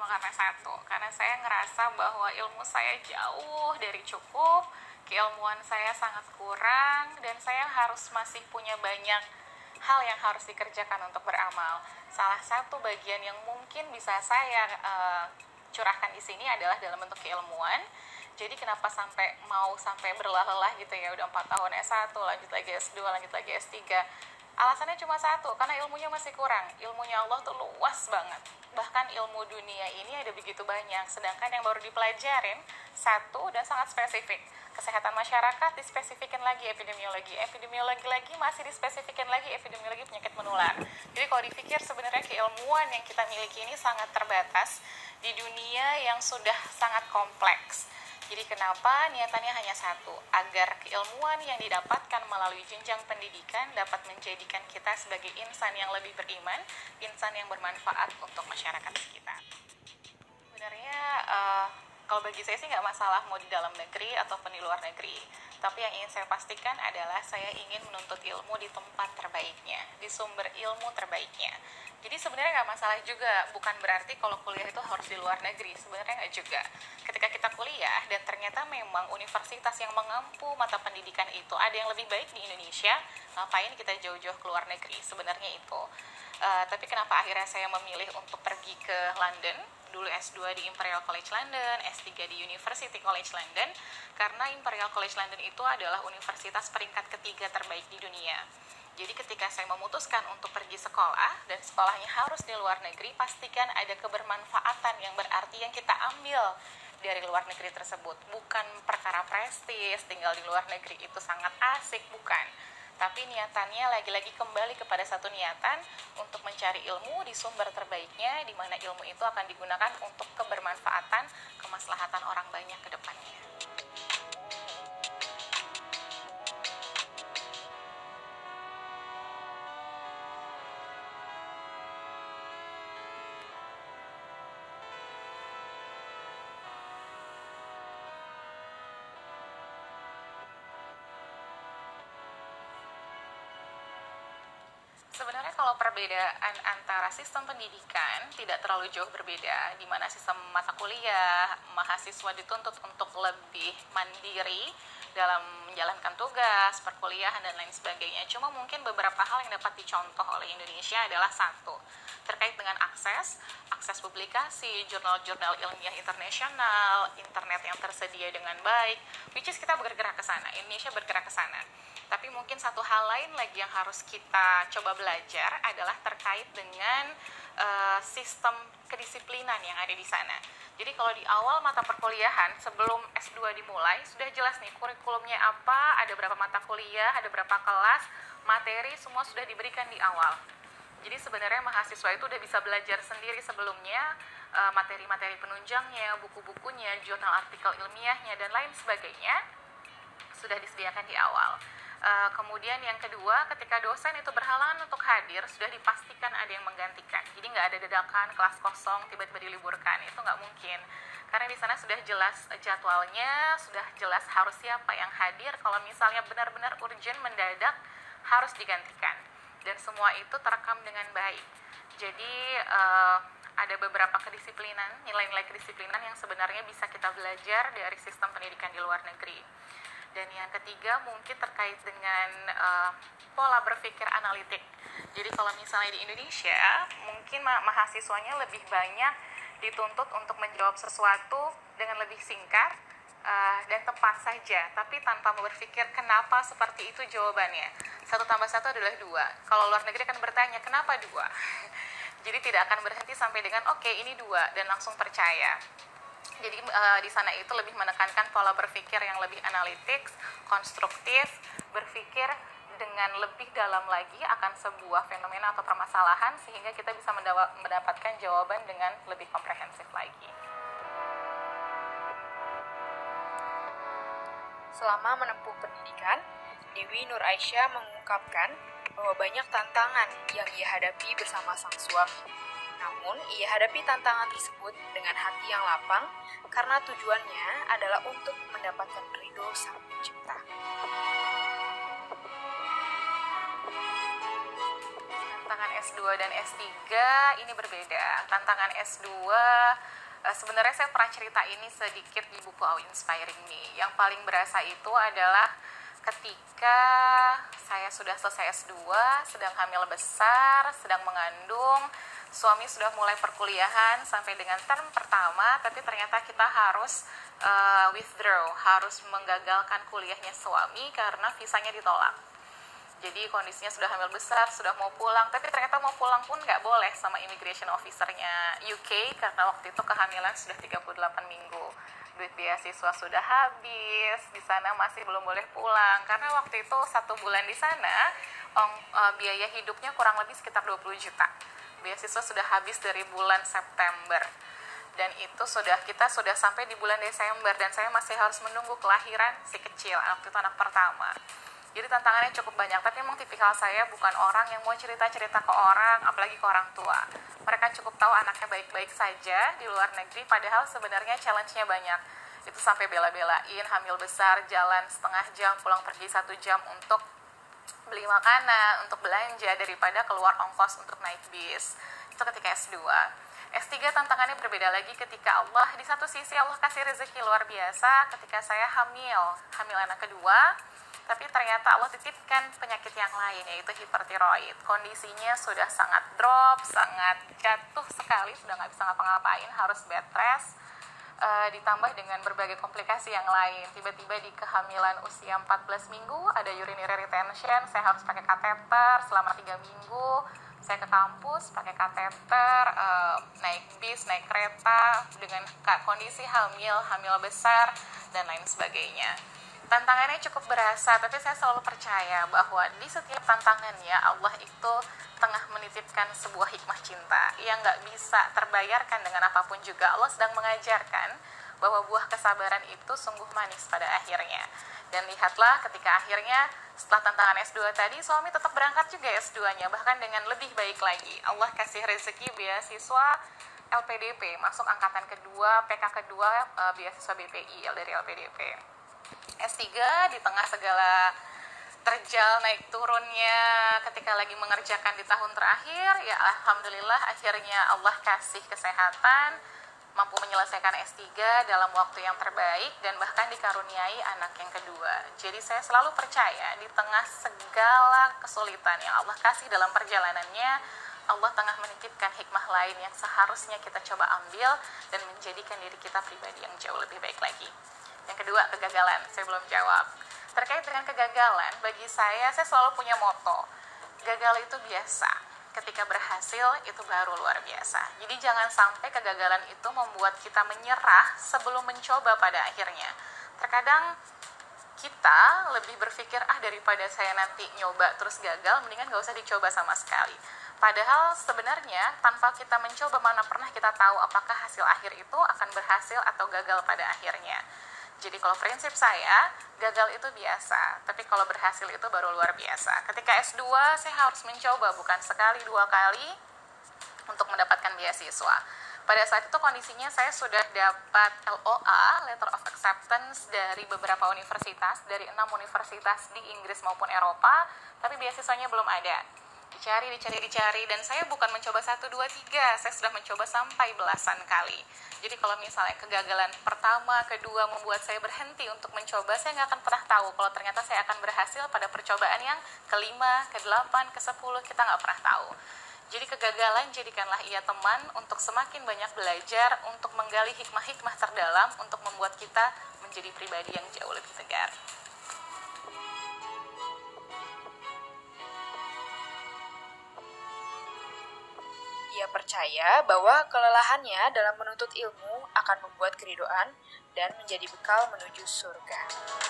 karena satu, karena saya ngerasa bahwa ilmu saya jauh dari cukup, keilmuan saya sangat kurang, dan saya harus masih punya banyak hal yang harus dikerjakan untuk beramal. Salah satu bagian yang mungkin bisa saya curahkan di sini adalah dalam bentuk keilmuan. Jadi kenapa sampai berlelah-lelah gitu ya, udah 4 tahun S1, lanjut lagi S2, lanjut lagi S3. Alasannya cuma satu, karena ilmunya masih kurang. Ilmunya Allah tuh luas banget. Bahkan ilmu dunia ini ada begitu banyak, sedangkan yang baru dipelajarin satu dan sangat spesifik. Kesehatan masyarakat dispesifikin lagi, epidemiologi lagi masih dispesifikin lagi, epidemiologi penyakit menular. Jadi kalau dipikir sebenarnya keilmuan yang kita miliki ini sangat terbatas di dunia yang sudah sangat kompleks. Jadi kenapa niatannya hanya satu, agar keilmuan yang didapatkan melalui jenjang pendidikan dapat menjadikan kita sebagai insan yang lebih beriman, insan yang bermanfaat untuk masyarakat sekitar. Sebenarnya kalau bagi saya sih nggak masalah mau di dalam negeri ataupun di luar negeri, tapi yang ingin saya pastikan adalah saya ingin menuntut ilmu di tempat terbaiknya, di sumber ilmu terbaiknya. Jadi sebenarnya nggak masalah juga, bukan berarti kalau kuliah itu harus di luar negeri, sebenarnya nggak juga. Ketika kita kuliah dan ternyata memang universitas yang mengampu mata pendidikan itu ada yang lebih baik di Indonesia, ngapain kita jauh-jauh ke luar negeri, sebenarnya itu. Tapi kenapa akhirnya saya memilih untuk pergi ke London, dulu S2 di Imperial College London, S3 di University College London, karena Imperial College London itu adalah universitas peringkat ketiga terbaik di dunia. Jadi ketika saya memutuskan untuk pergi sekolah, dan sekolahnya harus di luar negeri, pastikan ada kebermanfaatan yang berarti yang kita ambil dari luar negeri tersebut. Bukan perkara prestis, tinggal di luar negeri itu sangat asik, bukan. Tapi niatannya lagi-lagi kembali kepada satu niatan untuk mencari ilmu di sumber terbaiknya, di mana ilmu itu akan digunakan untuk kebermanfaatan, kemaslahatan orang banyak ke depannya. Sebenarnya kalau perbedaan antara sistem pendidikan tidak terlalu jauh berbeda, di mana sistem mata kuliah, mahasiswa dituntut untuk lebih mandiri dalam menjalankan tugas, perkuliahan, dan lain sebagainya. Cuma mungkin beberapa hal yang dapat dicontoh oleh Indonesia adalah satu, terkait dengan akses publikasi, jurnal-jurnal ilmiah internasional, internet yang tersedia dengan baik, which is kita bergerak ke sana, Indonesia bergerak ke sana. Tapi mungkin satu hal lain lagi yang harus kita coba belajar adalah terkait dengan sistem kedisiplinan yang ada di sana. Jadi kalau di awal mata perkuliahan sebelum S2 dimulai sudah jelas nih kurikulumnya apa, ada berapa mata kuliah, ada berapa kelas, materi semua sudah diberikan di awal. Jadi sebenarnya mahasiswa itu udah bisa belajar sendiri sebelumnya, materi-materi penunjangnya, buku-bukunya, jurnal artikel ilmiahnya, dan lain sebagainya sudah disediakan di awal. Kemudian yang kedua, ketika dosen itu berhalangan untuk hadir, sudah dipastikan ada yang menggantikan. Jadi nggak ada dadakan kelas kosong tiba-tiba diliburkan, itu nggak mungkin. Karena di sana sudah jelas jadwalnya, sudah jelas harus siapa yang hadir. Kalau misalnya benar-benar urgent mendadak harus digantikan. Dan semua itu terekam dengan baik. Jadi ada beberapa kedisiplinan, nilai-nilai kedisiplinan yang sebenarnya bisa kita belajar dari sistem pendidikan di luar negeri. Dan yang ketiga mungkin terkait dengan pola berpikir analitik. Jadi kalau misalnya di Indonesia, mungkin mahasiswanya lebih banyak dituntut untuk menjawab sesuatu dengan lebih singkat dan tepat saja, tapi tanpa berpikir kenapa seperti itu jawabannya. 1 tambah 1 adalah 2. Kalau luar negeri kan bertanya, kenapa 2? Jadi tidak akan berhenti sampai dengan oke, ini 2, dan langsung percaya. Jadi di sana itu lebih menekankan pola berpikir yang lebih analitik, konstruktif, berpikir dengan lebih dalam lagi akan sebuah fenomena atau permasalahan sehingga kita bisa mendapatkan jawaban dengan lebih komprehensif lagi. Selama menempuh pendidikan, Dewi Nur Aisyah mengungkapkan bahwa banyak tantangan yang ia hadapi bersama sang suami. Namun, ia hadapi tantangan tersebut dengan hati yang lapang karena tujuannya adalah untuk mendapatkan ridho Sang Pencipta. Tantangan S2 dan S3 ini berbeda. Tantangan S2 Sebenarnya saya pernah cerita ini sedikit di buku How Inspiring Me. Yang paling berasa itu adalah ketika saya sudah selesai S2, sedang hamil besar, sedang mengandung, suami sudah mulai perkuliahan sampai dengan term pertama, tapi ternyata kita harus withdraw, harus menggagalkan kuliahnya suami karena visanya ditolak. Jadi kondisinya sudah hamil besar, sudah mau pulang, tapi ternyata mau pulang pun nggak boleh sama immigration officernya UK karena waktu itu kehamilan sudah 38 minggu. Duit beasiswa sudah habis, di sana masih belum boleh pulang karena waktu itu 1 bulan di sana biaya hidupnya kurang lebih sekitar 20 juta. Beasiswa sudah habis dari bulan September. Dan itu kita sudah sampai di bulan Desember dan saya masih harus menunggu kelahiran si kecil, waktu itu anak pertama. Jadi tantangannya cukup banyak, tapi memang tipikal saya bukan orang yang mau cerita-cerita ke orang, apalagi ke orang tua. Mereka cukup tahu anaknya baik-baik saja di luar negeri, padahal sebenarnya challenge-nya banyak. Itu sampai bela-belain, hamil besar, jalan setengah jam, pulang pergi 1 jam untuk beli makanan, untuk belanja, daripada keluar ongkos untuk naik bis. Itu ketika S2. S3 tantangannya berbeda lagi ketika Allah, di satu sisi Allah kasih rezeki luar biasa ketika saya hamil anak kedua, tapi ternyata Allah titipkan penyakit yang lain, yaitu hipertiroid. Kondisinya sudah sangat drop, sangat jatuh sekali, sudah nggak bisa ngapa-ngapain, harus bed rest, ditambah dengan berbagai komplikasi yang lain. Tiba-tiba di kehamilan usia 14 minggu, ada urinary retention, saya harus pakai kateter selama 3 minggu, saya ke kampus pakai kateter, naik bis, naik kereta, dengan kondisi hamil besar, dan lain sebagainya. Tantangannya cukup berasa, tapi saya selalu percaya bahwa di setiap tantangannya Allah itu tengah menitipkan sebuah hikmah cinta yang nggak bisa terbayarkan dengan apapun juga. Allah sedang mengajarkan bahwa buah kesabaran itu sungguh manis pada akhirnya. Dan lihatlah ketika akhirnya setelah tantangan S2 tadi, suami tetap berangkat juga S2-nya, bahkan dengan lebih baik lagi. Allah kasih rezeki beasiswa LPDP, masuk angkatan kedua, PK kedua, beasiswa BPI dari LPDP. S3 di tengah segala terjal naik turunnya ketika lagi mengerjakan di tahun terakhir, ya alhamdulillah akhirnya Allah kasih kesehatan, mampu menyelesaikan S3 dalam waktu yang terbaik dan bahkan dikaruniai anak yang kedua. Jadi saya selalu percaya di tengah segala kesulitan yang Allah kasih dalam perjalanannya, Allah tengah menitipkan hikmah lain yang seharusnya kita coba ambil dan menjadikan diri kita pribadi yang jauh lebih baik lagi. Yang kedua, kegagalan. Saya belum jawab. Terkait dengan kegagalan, bagi saya selalu punya moto. Gagal itu biasa. Ketika berhasil, itu baru luar biasa. Jadi jangan sampai kegagalan itu membuat kita menyerah sebelum mencoba pada akhirnya. Terkadang kita lebih berpikir, daripada saya nanti nyoba terus gagal, mendingan gak usah dicoba sama sekali. Padahal sebenarnya tanpa kita mencoba, mana pernah kita tahu apakah hasil akhir itu akan berhasil atau gagal pada akhirnya. Jadi kalau prinsip saya, gagal itu biasa, tapi kalau berhasil itu baru luar biasa. Ketika S2, saya harus mencoba bukan sekali, 2 kali untuk mendapatkan beasiswa. Pada saat itu kondisinya saya sudah dapat LOA, Letter of Acceptance, dari beberapa universitas, dari 6 universitas di Inggris maupun Eropa, tapi beasiswanya belum ada. Dicari, dan saya bukan mencoba 1, 2, 3, saya sudah mencoba sampai belasan kali. Jadi kalau misalnya kegagalan pertama, kedua membuat saya berhenti untuk mencoba, saya nggak akan pernah tahu kalau ternyata saya akan berhasil pada percobaan yang kelima, ke-8, ke-10, kita nggak pernah tahu. Jadi kegagalan jadikanlah ia teman untuk semakin banyak belajar, untuk menggali hikmah-hikmah terdalam, untuk membuat kita menjadi pribadi yang jauh lebih tegar. Ia percaya bahwa kelelahannya dalam menuntut ilmu akan membuat keridoan dan menjadi bekal menuju surga.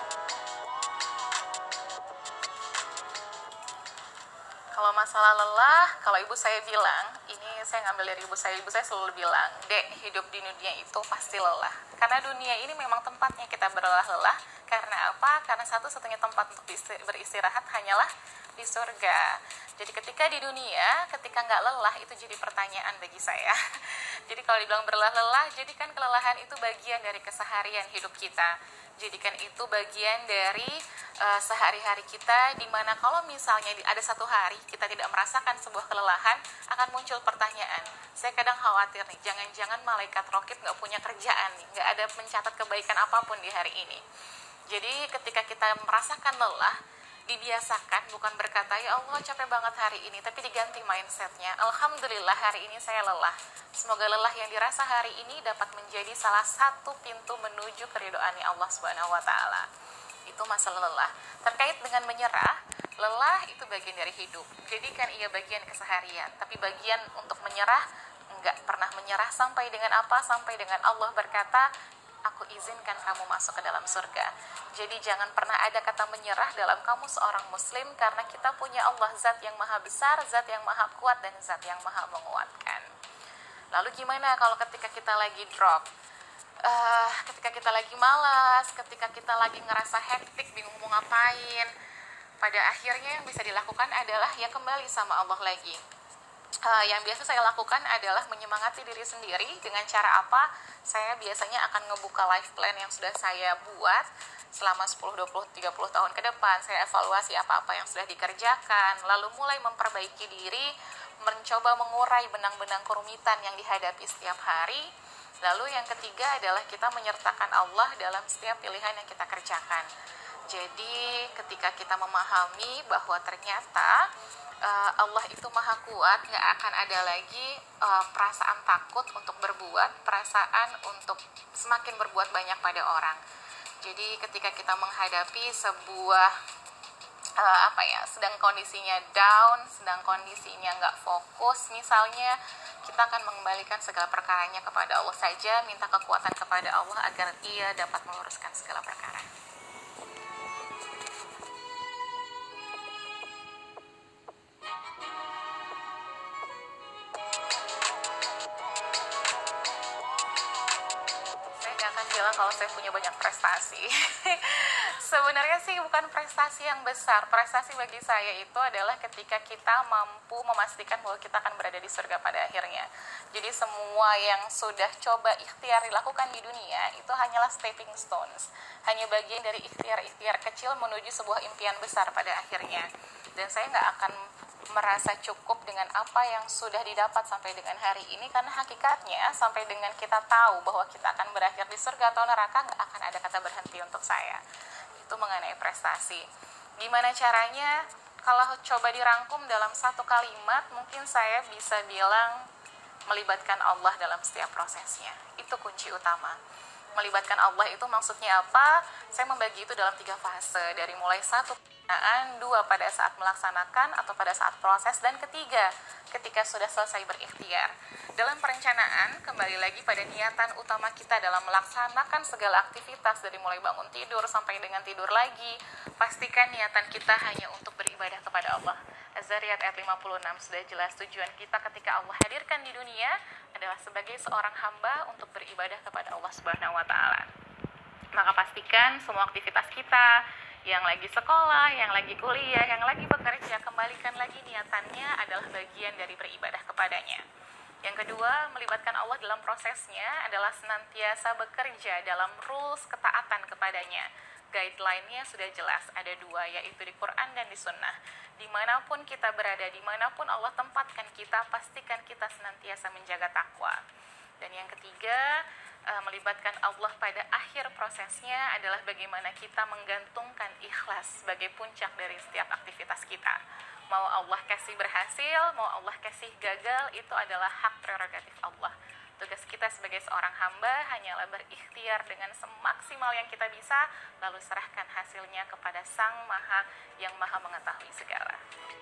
Kalau masalah lelah, kalau ibu saya bilang, ini saya ngambil dari ibu saya selalu bilang, Dek, hidup di dunia itu pasti lelah. Karena dunia ini memang tempatnya kita berlelah-lelah. Karena apa? Karena satu-satunya tempat untuk beristirahat hanyalah di surga. Jadi ketika di dunia, ketika nggak lelah, itu jadi pertanyaan bagi saya. Jadi kalau dibilang berlelah-lelah, jadi kan kelelahan itu bagian dari keseharian hidup kita. Jadikan itu bagian dari sehari-hari kita, dimana kalau misalnya ada satu hari kita tidak merasakan sebuah kelelahan, akan muncul pertanyaan. Saya kadang khawatir nih, jangan-jangan malaikat rokib gak punya kerjaan nih, gak ada mencatat kebaikan apapun di hari ini. Jadi ketika kita merasakan lelah, dibiasakan bukan berkata ya Allah capek banget hari ini, tapi diganti mindsetnya, alhamdulillah hari ini saya lelah. Semoga lelah yang dirasa hari ini dapat menjadi salah satu pintu menuju keridhaan Allah Subhanahu wa taala. Itu masalah lelah. Terkait dengan menyerah, lelah itu bagian dari hidup. Jadi kan ia bagian keseharian, tapi bagian untuk menyerah enggak pernah menyerah sampai dengan apa? Sampai dengan Allah berkata, aku izinkan kamu masuk ke dalam surga. Jadi jangan pernah ada kata menyerah dalam kamu seorang muslim, karena kita punya Allah, zat yang maha besar, zat yang maha kuat, dan zat yang maha menguatkan. Lalu gimana kalau ketika kita lagi drop? Ketika kita lagi malas, ketika kita lagi ngerasa hektik, bingung mau ngapain, pada akhirnya yang bisa dilakukan adalah ya kembali sama Allah lagi. Yang biasa saya lakukan adalah menyemangati diri sendiri. Dengan cara apa? Saya biasanya akan ngebuka life plan yang sudah saya buat selama 10, 20, 30 tahun ke depan. Saya evaluasi apa-apa yang sudah dikerjakan, lalu mulai memperbaiki diri, mencoba mengurai benang-benang kerumitan yang dihadapi setiap hari. Lalu yang ketiga adalah kita menyertakan Allah dalam setiap pilihan yang kita kerjakan. Jadi ketika kita memahami bahwa ternyata Allah itu maha kuat, gak akan ada lagi perasaan takut untuk berbuat, perasaan untuk semakin berbuat banyak pada orang. Jadi ketika kita menghadapi sebuah sedang kondisinya down, sedang kondisinya gak fokus misalnya, kita akan mengembalikan segala perkaranya kepada Allah saja, minta kekuatan kepada Allah agar ia dapat meluruskan segala perkara. Bilang kalau saya punya banyak prestasi. Sebenarnya sih bukan prestasi yang besar. Prestasi bagi saya itu adalah ketika kita mampu memastikan bahwa kita akan berada di surga pada akhirnya. Jadi semua yang sudah coba ikhtiar dilakukan di dunia itu hanyalah stepping stones, hanya bagian dari ikhtiar-ikhtiar kecil menuju sebuah impian besar pada akhirnya. Dan saya nggak akan merasa cukup dengan apa yang sudah didapat sampai dengan hari ini, karena hakikatnya sampai dengan kita tahu bahwa kita akan berakhir di surga atau neraka, nggak akan ada kata berhenti untuk saya. Itu mengenai prestasi. Gimana caranya? Kalau coba dirangkum dalam satu kalimat, mungkin saya bisa bilang melibatkan Allah dalam setiap prosesnya. Itu kunci utama. Melibatkan Allah itu maksudnya apa? Saya membagi itu dalam 3 fase, dari mulai 1 2 pada saat melaksanakan atau pada saat proses, dan ketiga ketika sudah selesai berikhtiar. Dalam perencanaan, kembali lagi pada niatan utama kita dalam melaksanakan segala aktivitas dari mulai bangun tidur sampai dengan tidur lagi. Pastikan niatan kita hanya untuk beribadah kepada Allah. Az-Zariyat ayat 56 sudah jelas tujuan kita ketika Allah hadirkan di dunia adalah sebagai seorang hamba untuk beribadah kepada Allah Subhanahu wa taala. Maka pastikan semua aktivitas kita, yang lagi sekolah, yang lagi kuliah, yang lagi bekerja, kembalikan lagi niatannya adalah bagian dari beribadah kepadanya. Yang kedua, melibatkan Allah dalam prosesnya adalah senantiasa bekerja dalam rules ketaatan kepadanya. Guideline-nya sudah jelas, ada 2, yaitu di Quran dan di Sunnah. Dimanapun kita berada, dimanapun Allah tempatkan kita, pastikan kita senantiasa menjaga takwa. Dan yang ketiga, melibatkan Allah pada akhir prosesnya adalah bagaimana kita menggantungkan ikhlas sebagai puncak dari setiap aktivitas kita. Mau Allah kasih berhasil, mau Allah kasih gagal, itu adalah hak prerogatif Allah. Tugas kita sebagai seorang hamba hanyalah berikhtiar dengan semaksimal yang kita bisa, lalu serahkan hasilnya kepada Sang Maha yang Maha mengetahui segala.